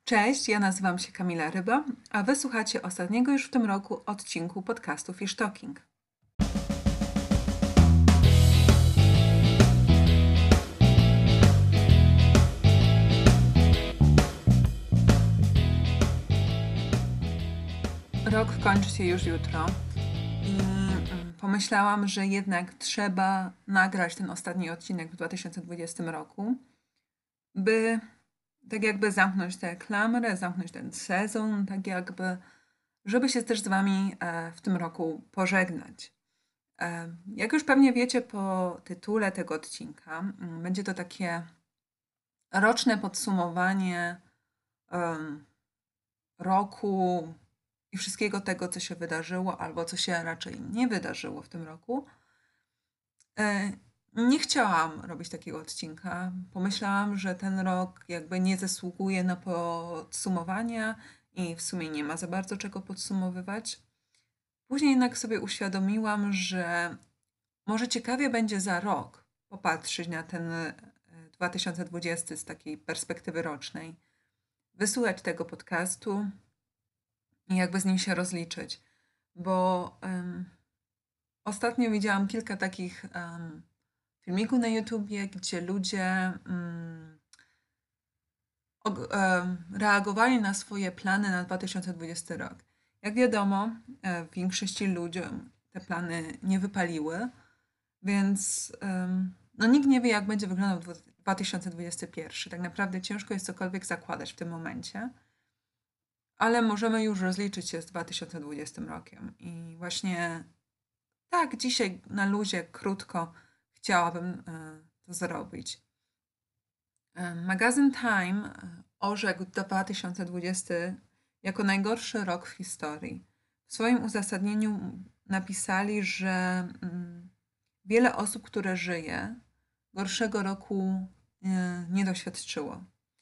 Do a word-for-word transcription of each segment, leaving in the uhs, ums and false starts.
Cześć, ja nazywam się Kamila Ryba, a wy słuchacie ostatniego już w tym roku odcinku podcastu Fish Talking. Rok kończy się już jutro i mm, pomyślałam, że jednak trzeba nagrać ten ostatni odcinek w dwa tysiące dwudziestym roku, by tak jakby zamknąć tę klamrę, zamknąć ten sezon, tak jakby, żeby się też z wami e, w tym roku pożegnać. E, Jak już pewnie wiecie po tytule tego odcinka, mm, będzie to takie roczne podsumowanie em, roku i wszystkiego tego, co się wydarzyło, albo co się raczej nie wydarzyło w tym roku. E, Nie chciałam robić takiego odcinka. Pomyślałam, że ten rok jakby nie zasługuje na podsumowania i w sumie nie ma za bardzo czego podsumowywać. Później jednak sobie uświadomiłam, że może ciekawie będzie za rok popatrzeć na ten e, dwa tysiące dwudziesty z takiej perspektywy rocznej, wysłuchać tego podcastu i jakby z nim się rozliczyć, bo um, ostatnio widziałam kilka takich um, filmików na YouTubie, gdzie ludzie um, og- um, reagowali na swoje plany na dwa tysiące dwudziesty rok. Jak wiadomo, e, większości ludziom te plany nie wypaliły, więc um, no nikt nie wie, jak będzie wyglądał dwa tysiące dwudziesty pierwszy. Tak naprawdę ciężko jest cokolwiek zakładać w tym momencie, ale możemy już rozliczyć się z dwa tysiące dwudziestym rokiem. I właśnie tak dzisiaj na luzie, krótko chciałabym e, to zrobić. E, Magazyn Time e, orzekł dwa tysiące dwudziesty jako najgorszy rok w historii. W swoim uzasadnieniu napisali, że mm, wiele osób, które żyje, gorszego roku e, nie doświadczyło.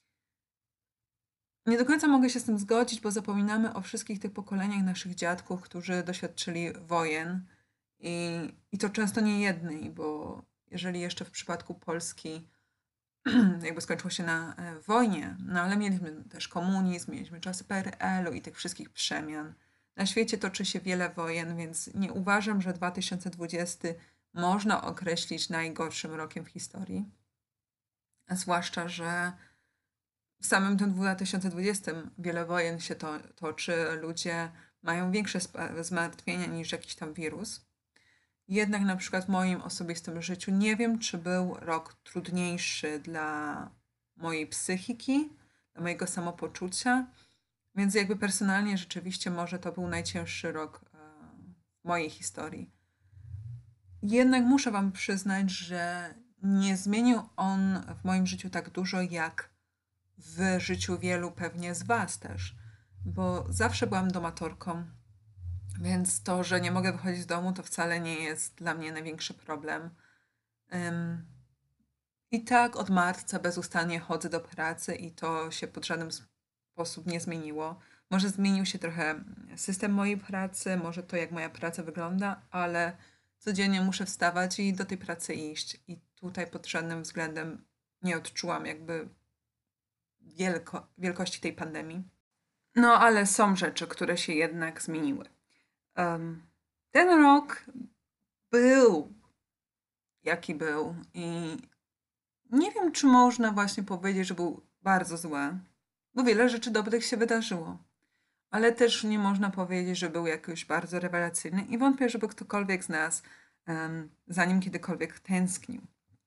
Nie do końca mogę się z tym zgodzić, bo zapominamy o wszystkich tych pokoleniach naszych dziadków, którzy doświadczyli wojen i, i to często nie jednej, bo jeżeli jeszcze w przypadku Polski jakby skończyło się na e, wojnie, no ale mieliśmy też komunizm, mieliśmy czasy P R L u i tych wszystkich przemian. Na świecie toczy się wiele wojen, więc nie uważam, że dwa tysiące dwudziesty można określić najgorszym rokiem w historii. A zwłaszcza, że w samym tym dwa tysiące dwudziestym wiele wojen się to, toczy, ludzie mają większe spa- zmartwienia niż jakiś tam wirus. Jednak na przykład w moim osobistym życiu nie wiem, czy był rok trudniejszy dla mojej psychiki, dla mojego samopoczucia, więc jakby personalnie rzeczywiście może to był najcięższy rok e, w mojej historii. Jednak muszę wam przyznać, że nie zmienił on w moim życiu tak dużo, jak w życiu wielu pewnie z was też, bo zawsze byłam domatorką, więc to, że nie mogę wychodzić z domu, to wcale nie jest dla mnie największy problem. Ym, I tak od marca bezustannie chodzę do pracy i to się pod żaden sposób nie zmieniło. Może zmienił się trochę system mojej pracy, może to, jak moja praca wygląda, ale codziennie muszę wstawać i do tej pracy iść. I tutaj pod żadnym względem nie odczułam jakby wielko, wielkości tej pandemii. No, ale są rzeczy, które się jednak zmieniły. Em, ten rok był jaki był i nie wiem, czy można właśnie powiedzieć, że był bardzo zły, bo wiele rzeczy dobrych się wydarzyło. Ale też nie można powiedzieć, że był jakoś bardzo rewelacyjny i wątpię, żeby ktokolwiek z nas em, za nim kiedykolwiek tęsknił.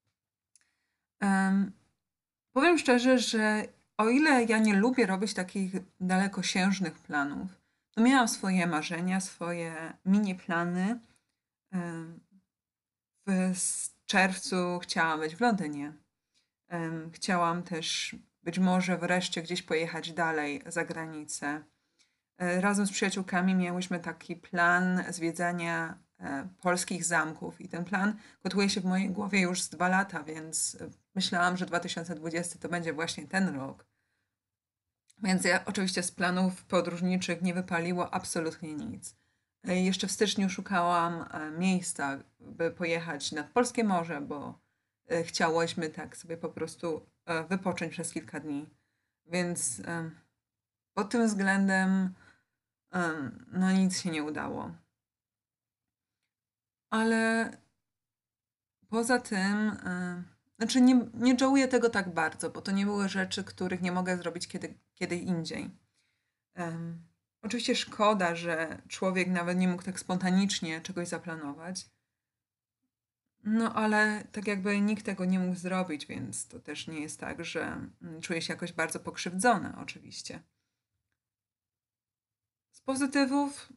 Em, Powiem szczerze, że o ile ja nie lubię robić takich dalekosiężnych planów, to miałam swoje marzenia, swoje mini plany. Em, W s- czerwcu chciałam być w Londynie. Em, Chciałam też być może wreszcie gdzieś pojechać dalej za granicę. E, Razem z przyjaciółkami miałyśmy taki plan zwiedzania e, polskich zamków i ten plan kotłuje się w mojej głowie już z dwa lata, więc e, myślałam, że dwa tysiące dwudziesty to będzie właśnie ten rok. Więc ja oczywiście z planów podróżniczych nie wypaliło absolutnie nic. E, Jeszcze w styczniu szukałam e, miejsca, by pojechać nad polskie morze, bo e, chciałyśmy tak sobie po prostu e, wypocząć przez kilka dni. Więc pod tym względem em, no nic się nie udało. Ale poza tym, em, znaczy nie, nie żałuję tego tak bardzo, bo to nie były rzeczy, których nie mogę zrobić kiedy, kiedy indziej. Em, oczywiście szkoda, że człowiek nawet nie mógł tak spontanicznie czegoś zaplanować. No ale tak jakby nikt tego nie mógł zrobić, więc to też nie jest tak, że mm, czuję się jakoś bardzo pokrzywdzona, oczywiście. Z pozytywów,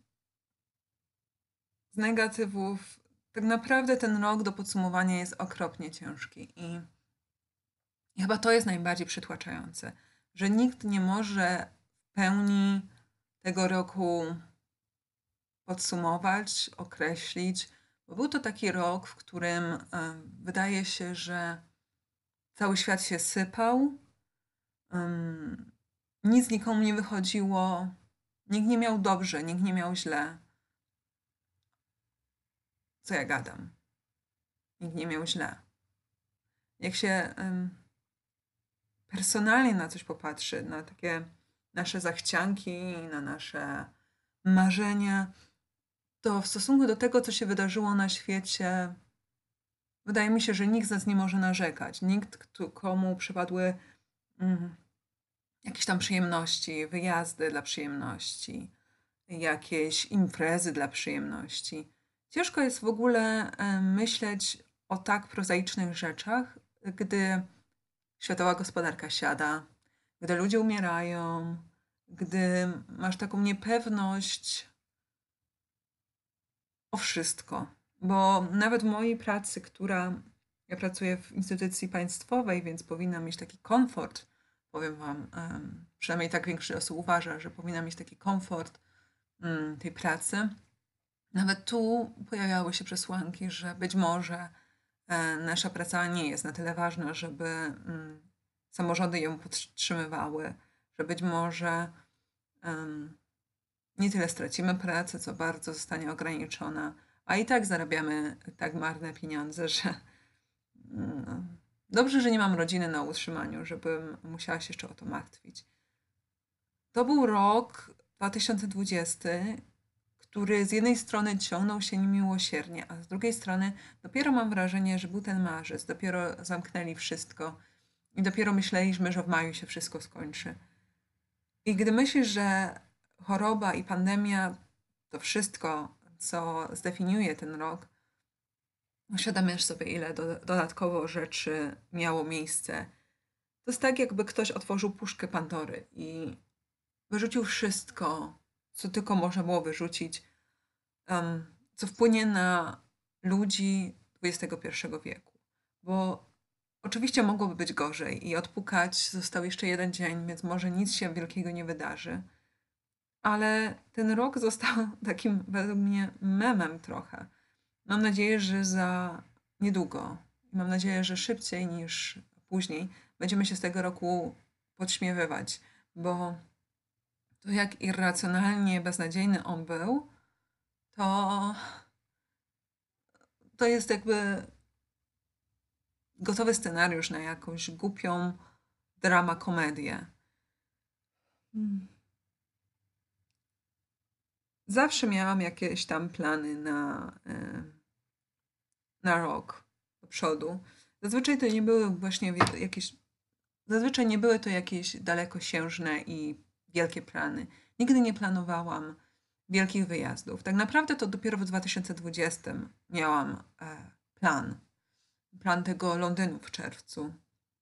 z negatywów, tak naprawdę ten rok do podsumowania jest okropnie ciężki i i chyba to jest najbardziej przytłaczające, że nikt nie może w pełni tego roku podsumować, określić, bo był to taki rok, w którym e, wydaje się, że cały świat się sypał, em, nic nikomu nie wychodziło, nikt nie miał dobrze, nikt nie miał źle. Co ja gadam? Nikt nie miał źle. Jak się em, personalnie na coś popatrzy, na takie nasze zachcianki, na nasze marzenia, to w stosunku do tego, co się wydarzyło na świecie, wydaje mi się, że nikt z nas nie może narzekać. Nikt, kto, komu przypadły mm, jakieś tam przyjemności, wyjazdy dla przyjemności, jakieś imprezy dla przyjemności. Ciężko jest w ogóle e, myśleć o tak prozaicznych rzeczach, gdy światowa gospodarka siada, gdy ludzie umierają, gdy masz taką niepewność o wszystko. Bo nawet w mojej pracy, która ja pracuję w instytucji państwowej, więc powinna mieć taki komfort, powiem Wam, em, przynajmniej tak większość osób uważa, że powinna mieć taki komfort mm, tej pracy. Nawet tu pojawiały się przesłanki, że być może e, nasza praca nie jest na tyle ważna, żeby mm, samorządy ją podtrzymywały, że być może em, nie tyle stracimy pracę, co bardzo zostanie ograniczona, a i tak zarabiamy tak marne pieniądze, że no, dobrze, że nie mam rodziny na utrzymaniu, żebym musiała się jeszcze o to martwić. To był rok dwa tysiące dwudziesty, który z jednej strony ciągnął się niemiłosiernie, a z drugiej strony dopiero mam wrażenie, że był ten marzec, dopiero zamknęli wszystko i dopiero myśleliśmy, że w maju się wszystko skończy. I gdy myślisz, że choroba i pandemia to wszystko, co zdefiniuje ten rok, uświadamiasz sobie, ile do, dodatkowo rzeczy miało miejsce. To jest tak, jakby ktoś otworzył puszkę Pandory i wyrzucił wszystko, co tylko można było wyrzucić, um, co wpłynie na ludzi dwudziestego pierwszego wieku. Bo oczywiście mogłoby być gorzej i odpukać został jeszcze jeden dzień, więc może nic się wielkiego nie wydarzy. Ale ten rok został takim według mnie memem trochę. Mam nadzieję, że za niedługo, i mam nadzieję, że szybciej niż później, będziemy się z tego roku podśmiewywać, bo to jak irracjonalnie beznadziejny on był, to, to jest jakby gotowy scenariusz na jakąś głupią drama komedię. Hmm. Zawsze miałam jakieś tam plany na, e, na rok do przodu. Zazwyczaj to nie były właśnie jakieś, zazwyczaj nie były to jakieś dalekosiężne i wielkie plany. Nigdy nie planowałam wielkich wyjazdów. Tak naprawdę to dopiero w dwa tysiące dwudziestym miałam e, plan. Plan tego Londynu w czerwcu.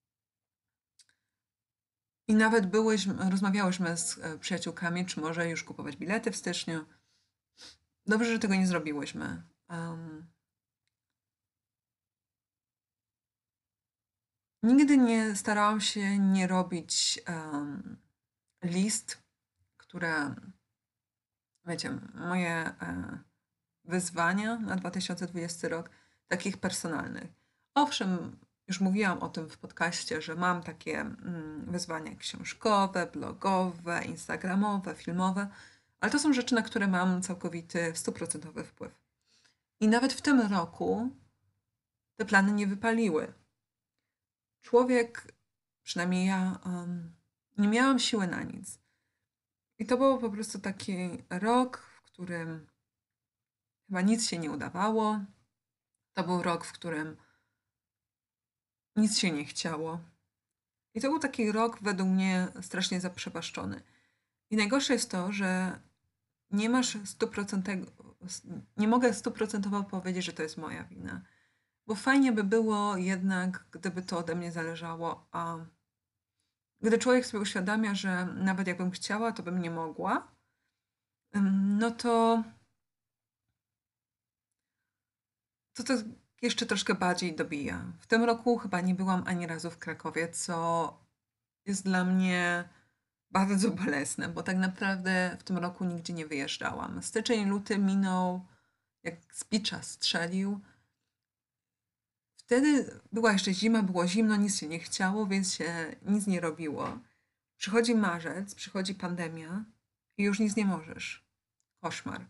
I nawet byłyśmy, rozmawiałyśmy z e, przyjaciółkami, czy może już kupować bilety w styczniu. Dobrze, że tego nie zrobiłyśmy. Um, nigdy nie starałam się nie robić um, list, które, wiecie, moje e, wyzwania na dwa tysiące dwudziesty rok, takich personalnych. Owszem, już mówiłam o tym w podcaście, że mam takie mm, wyzwania książkowe, blogowe, instagramowe, filmowe, ale to są rzeczy, na które mam całkowity, stuprocentowy wpływ. I nawet w tym roku te plany nie wypaliły. Człowiek, przynajmniej ja, um, nie miałam siły na nic. I to był po prostu taki rok, w którym chyba nic się nie udawało. To był rok, w którym nic się nie chciało. I to był taki rok według mnie strasznie zaprzepaszczony. I najgorsze jest to, że nie masz stuprocentowego, nie mogę stuprocentowo powiedzieć, że to jest moja wina. Bo fajnie by było jednak, gdyby to ode mnie zależało, a gdy człowiek sobie uświadamia, że nawet jakbym chciała, to bym nie mogła, ym, no to to, to jeszcze troszkę bardziej dobija. W tym roku chyba nie byłam ani razu w Krakowie, co jest dla mnie bardzo bolesne, bo tak naprawdę w tym roku nigdzie nie wyjeżdżałam. Styczeń, luty minął, jak z bicza strzelił. Wtedy była jeszcze zima, było zimno, nic się nie chciało, więc się nic nie robiło. Przychodzi marzec, przychodzi pandemia i już nic nie możesz. Koszmar.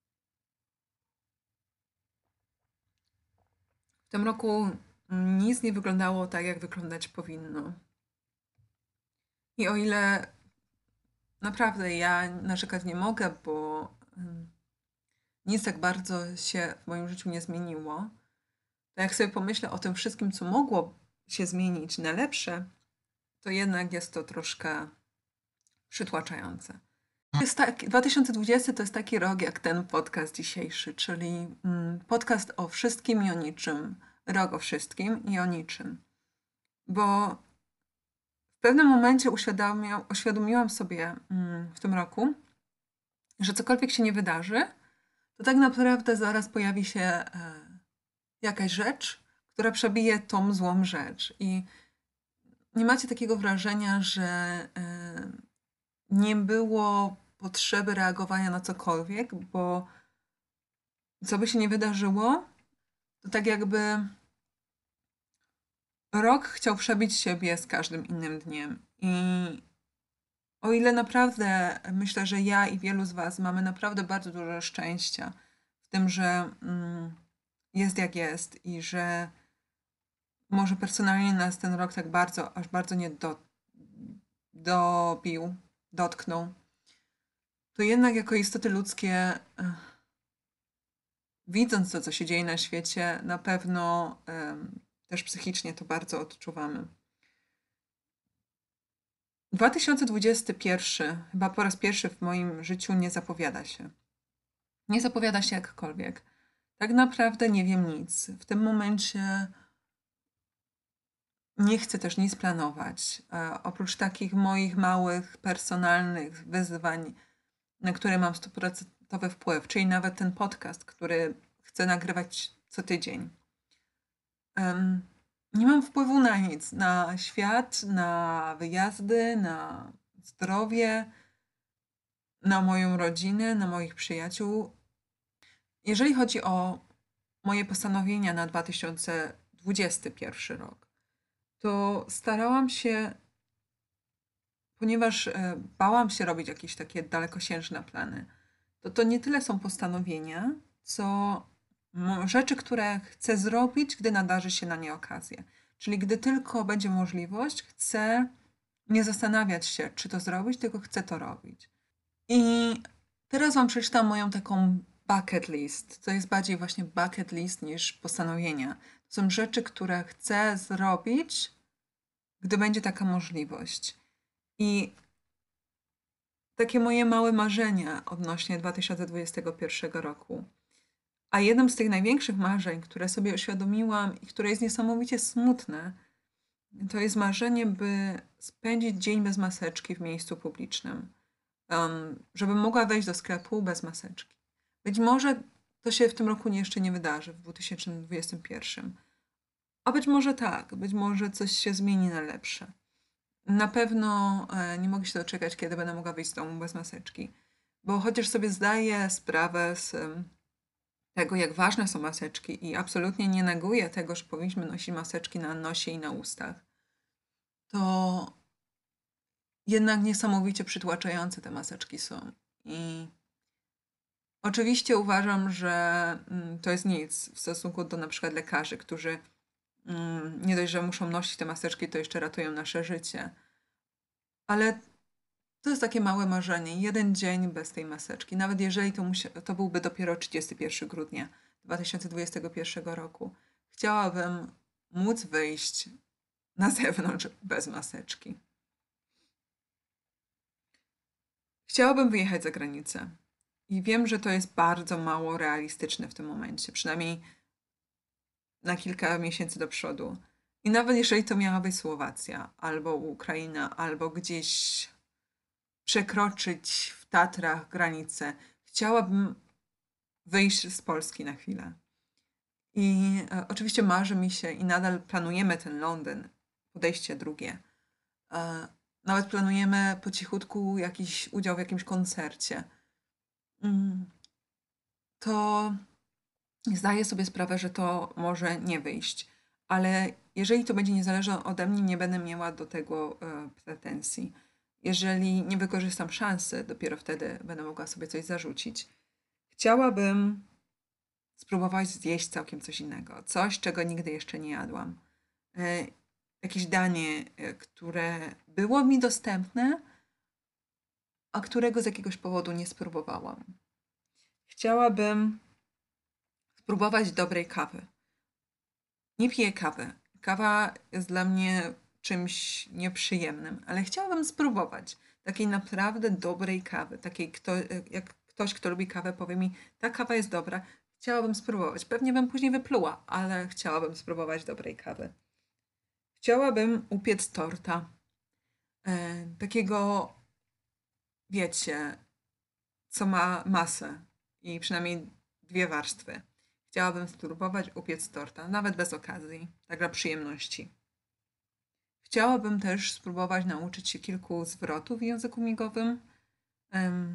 W tym roku nic nie wyglądało tak, jak wyglądać powinno. I o ile naprawdę ja narzekać nie mogę, bo ym, nic tak bardzo się w moim życiu nie zmieniło, to jak sobie pomyślę o tym wszystkim, co mogło się zmienić na lepsze, to jednak jest to troszkę przytłaczające. Jest tak, dwa tysiące dwudziesty to jest taki rok jak ten podcast dzisiejszy, czyli mm, podcast o wszystkim i o niczym. Rok o wszystkim i o niczym. Bo w pewnym momencie uświadomia, uświadomiłam sobie mm, w tym roku, że cokolwiek się nie wydarzy, to tak naprawdę zaraz pojawi się e, jakaś rzecz, która przebije tą złą rzecz. I nie macie takiego wrażenia, że e, nie było potrzeby reagowania na cokolwiek, bo co by się nie wydarzyło, to tak jakby rok chciał przebić siebie z każdym innym dniem. I o ile naprawdę myślę, że ja i wielu z Was mamy naprawdę bardzo dużo szczęścia w tym, że mm, jest jak jest i że może personalnie nas ten rok tak bardzo, aż bardzo nie do, dobił, dotknął, to jednak jako istoty ludzkie, ech, widząc to, co się dzieje na świecie, na pewno em, też psychicznie to bardzo odczuwamy. dwa tysiące dwudziesty pierwszy chyba po raz pierwszy w moim życiu nie zapowiada się. Nie zapowiada się jakkolwiek. Tak naprawdę nie wiem nic. W tym momencie nie chcę też nic planować. E, oprócz takich moich małych, personalnych wyzwań, na które mam stuprocentowy wpływ, czyli nawet ten podcast, który chcę nagrywać co tydzień. Em, nie mam wpływu na nic, na świat, na wyjazdy, na zdrowie, na moją rodzinę, na moich przyjaciół. Jeżeli chodzi o moje postanowienia na dwa tysiące dwudziesty pierwszy rok, to starałam się, ponieważ e, bałam się robić jakieś takie dalekosiężne plany, to to nie tyle są postanowienia, co mo- rzeczy, które chcę zrobić, gdy nadarzy się na nie okazja. Czyli gdy tylko będzie możliwość, chcę nie zastanawiać się, czy to zrobić, tylko chcę to robić. I teraz wam przeczytam moją taką bucket list. To jest bardziej właśnie bucket list niż postanowienia. To są rzeczy, które chcę zrobić, gdy będzie taka możliwość. I takie moje małe marzenia odnośnie dwa tysiące dwudziestego pierwszego roku. A jednym z tych największych marzeń, które sobie uświadomiłam i które jest niesamowicie smutne, to jest marzenie, by spędzić dzień bez maseczki w miejscu publicznym. Um, żebym mogła wejść do sklepu bez maseczki. Być może to się w tym roku nie- jeszcze nie wydarzy, w dwa tysiące dwudziestym pierwszym. A być może tak, być może coś się zmieni na lepsze. Na pewno e, nie mogę się doczekać, kiedy będę mogła wyjść z domu bez maseczki. Bo chociaż sobie zdaję sprawę z em, tego, jak ważne są maseczki i absolutnie nie neguję tego, że powinniśmy nosić maseczki na nosie i na ustach, to jednak niesamowicie przytłaczające te maseczki są. I oczywiście uważam, że mm, to jest nic w stosunku do na przykład lekarzy, którzy mm, nie dość, że muszą nosić te maseczki, to jeszcze ratują nasze życie. Ale To jest takie małe marzenie. Jeden dzień bez tej maseczki. Nawet jeżeli to, musia- to byłby dopiero trzydziestego pierwszego grudnia dwa tysiące dwudziestego pierwszego roku. Chciałabym móc wyjść na zewnątrz bez maseczki. Chciałabym wyjechać za granicę. I wiem, że to jest bardzo mało realistyczne w tym momencie. Przynajmniej na kilka miesięcy do przodu. I nawet jeżeli to miała być Słowacja, albo Ukraina, albo gdzieś przekroczyć w Tatrach granicę, chciałabym wyjść z Polski na chwilę. I e, oczywiście marzy mi się i nadal planujemy ten Londyn, podejście drugie. E, nawet planujemy po cichutku jakiś udział w jakimś koncercie. Mm, To zdaję sobie sprawę, że to może nie wyjść, ale jeżeli to będzie niezależne ode mnie, nie będę miała do tego e, pretensji. Jeżeli nie wykorzystam szansy, dopiero wtedy będę mogła sobie coś zarzucić. Chciałabym spróbować zjeść całkiem coś innego, coś, czego nigdy jeszcze nie jadłam. E, Jakieś danie, e, które było mi dostępne, a którego z jakiegoś powodu nie spróbowałam. Chciałabym spróbować dobrej kawy. Nie piję kawy. Kawa jest dla mnie czymś nieprzyjemnym, ale chciałabym spróbować takiej naprawdę dobrej kawy. Takiej, kto, jak ktoś, kto lubi kawę, powie mi, ta kawa jest dobra, chciałabym spróbować. Pewnie bym później wypluła, ale chciałabym spróbować dobrej kawy. Chciałabym upiec torta. E, takiego, wiecie, co ma masę i przynajmniej dwie warstwy. Chciałabym spróbować upiec torta, nawet bez okazji, tak dla przyjemności. Chciałabym też spróbować nauczyć się kilku zwrotów w języku migowym. Em,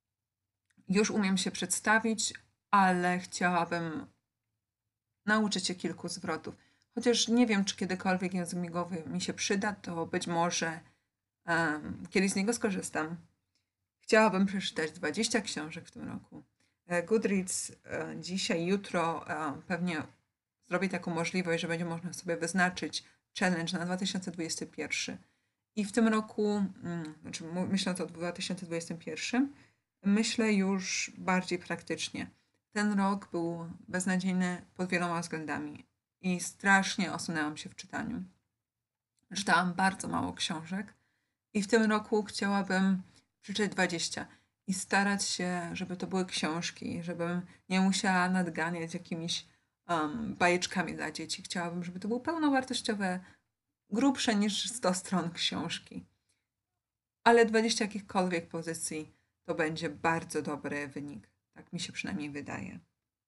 Już umiem się przedstawić, ale chciałabym nauczyć się kilku zwrotów. Chociaż nie wiem, czy kiedykolwiek język migowy mi się przyda, to być może em, kiedyś z niego skorzystam. Chciałabym przeczytać dwadzieścia książek w tym roku. E, Goodreads e, dzisiaj, jutro e, pewnie zrobi taką możliwość, że będzie można sobie wyznaczyć challenge na dwa tysiące dwudziesty pierwszy. I w tym roku, mm, znaczy mu- myśląc o dwa tysiące dwudziestym pierwszym, myślę już bardziej praktycznie. Ten rok był beznadziejny pod wieloma względami i strasznie osunęłam się w czytaniu. Czytałam bardzo mało książek i w tym roku chciałabym przeczytać dwadzieścia i starać się, żeby to były książki, żebym nie musiała nadganiać jakimiś um, bajeczkami dla dzieci. Chciałabym, żeby to były pełnowartościowe, grubsze niż sto stron książki. Ale dwadzieścia jakichkolwiek pozycji to będzie bardzo dobry wynik. Tak mi się przynajmniej wydaje.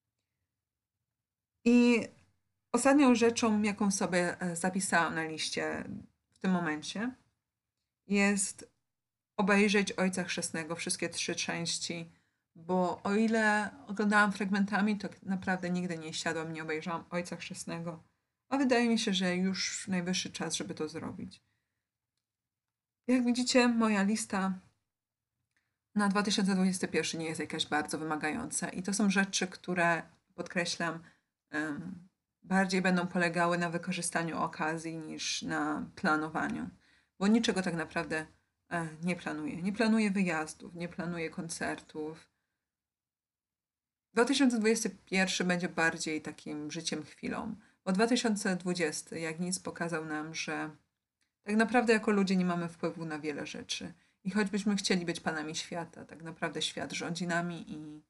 I ostatnią rzeczą, jaką sobie e, zapisałam na liście w tym momencie, jest obejrzeć Ojca Chrzestnego, wszystkie trzy części, bo o ile oglądałam fragmentami, to naprawdę nigdy nie siadłam, nie obejrzałam Ojca Chrzestnego. A wydaje mi się, że już najwyższy czas, żeby to zrobić. Jak widzicie, moja lista na dwa tysiące dwudziesty pierwszy nie jest jakaś bardzo wymagająca i to są rzeczy, które, podkreślam, em, bardziej będą polegały na wykorzystaniu okazji niż na planowaniu, bo niczego tak naprawdę e, nie planuję. Nie planuję wyjazdów, nie planuję koncertów. dwa tysiące dwudziesty pierwszy będzie bardziej takim życiem chwilą, bo dwa tysiące dwudziesty jak nic pokazał nam, że tak naprawdę jako ludzie nie mamy wpływu na wiele rzeczy. I choćbyśmy chcieli być panami świata, tak naprawdę świat rządzi nami i,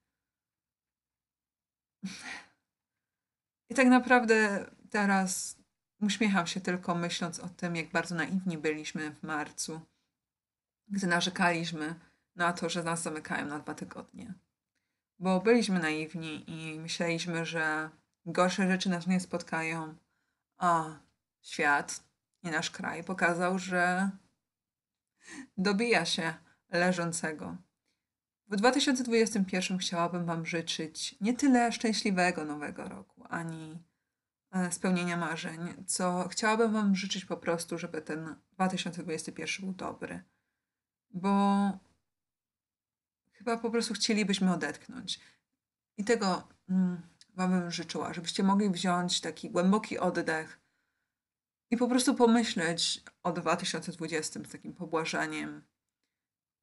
i tak naprawdę teraz uśmiecham się tylko myśląc o tym, jak bardzo naiwni byliśmy w marcu, gdy narzekaliśmy na to, że nas zamykają na dwa tygodnie. Bo byliśmy naiwni i myśleliśmy, że gorsze rzeczy nas nie spotkają, a świat i nasz kraj pokazał, że dobija się leżącego. W dwa tysiące dwudziestym pierwszym chciałabym Wam życzyć nie tyle szczęśliwego nowego roku, ani e, spełnienia marzeń, co chciałabym Wam życzyć po prostu, żeby ten dwa tysiące dwudziesty pierwszy był dobry. Bo chyba po prostu chcielibyśmy odetchnąć. I tego mm, Wam bym życzyła, żebyście mogli wziąć taki głęboki oddech i po prostu pomyśleć o dwa tysiące dwudziestym z takim pobłażaniem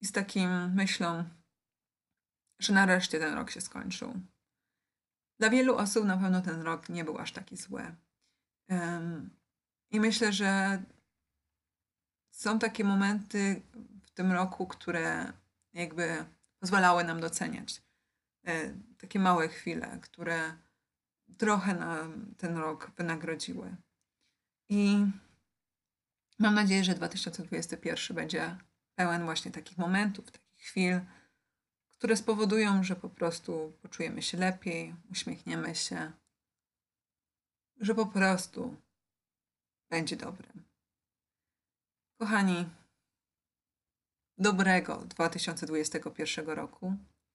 z takim myślą, że nareszcie ten rok się skończył. Dla wielu osób na pewno ten rok nie był aż taki zły. Ym, I myślę, że są takie momenty w tym roku, które jakby pozwalały nam doceniać e, takie małe chwile, które trochę nam ten rok wynagrodziły. I mam nadzieję, że dwa tysiące dwudziesty pierwszy będzie pełen właśnie takich momentów, takich chwil, które spowodują, że po prostu poczujemy się lepiej, uśmiechniemy się, że po prostu będzie dobry. Kochani, dobrego dwa tysiące dwudziestego pierwszego roku.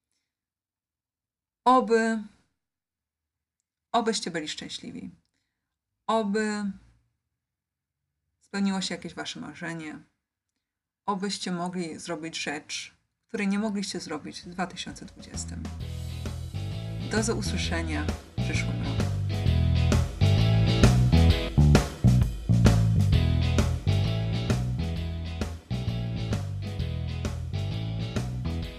Oby, obyście byli szczęśliwi. Oby spełniło się jakieś wasze marzenie. Obyście mogli zrobić rzecz, której nie mogliście zrobić w dwa tysiące dwudziestym. Do usłyszenia w przyszłym roku.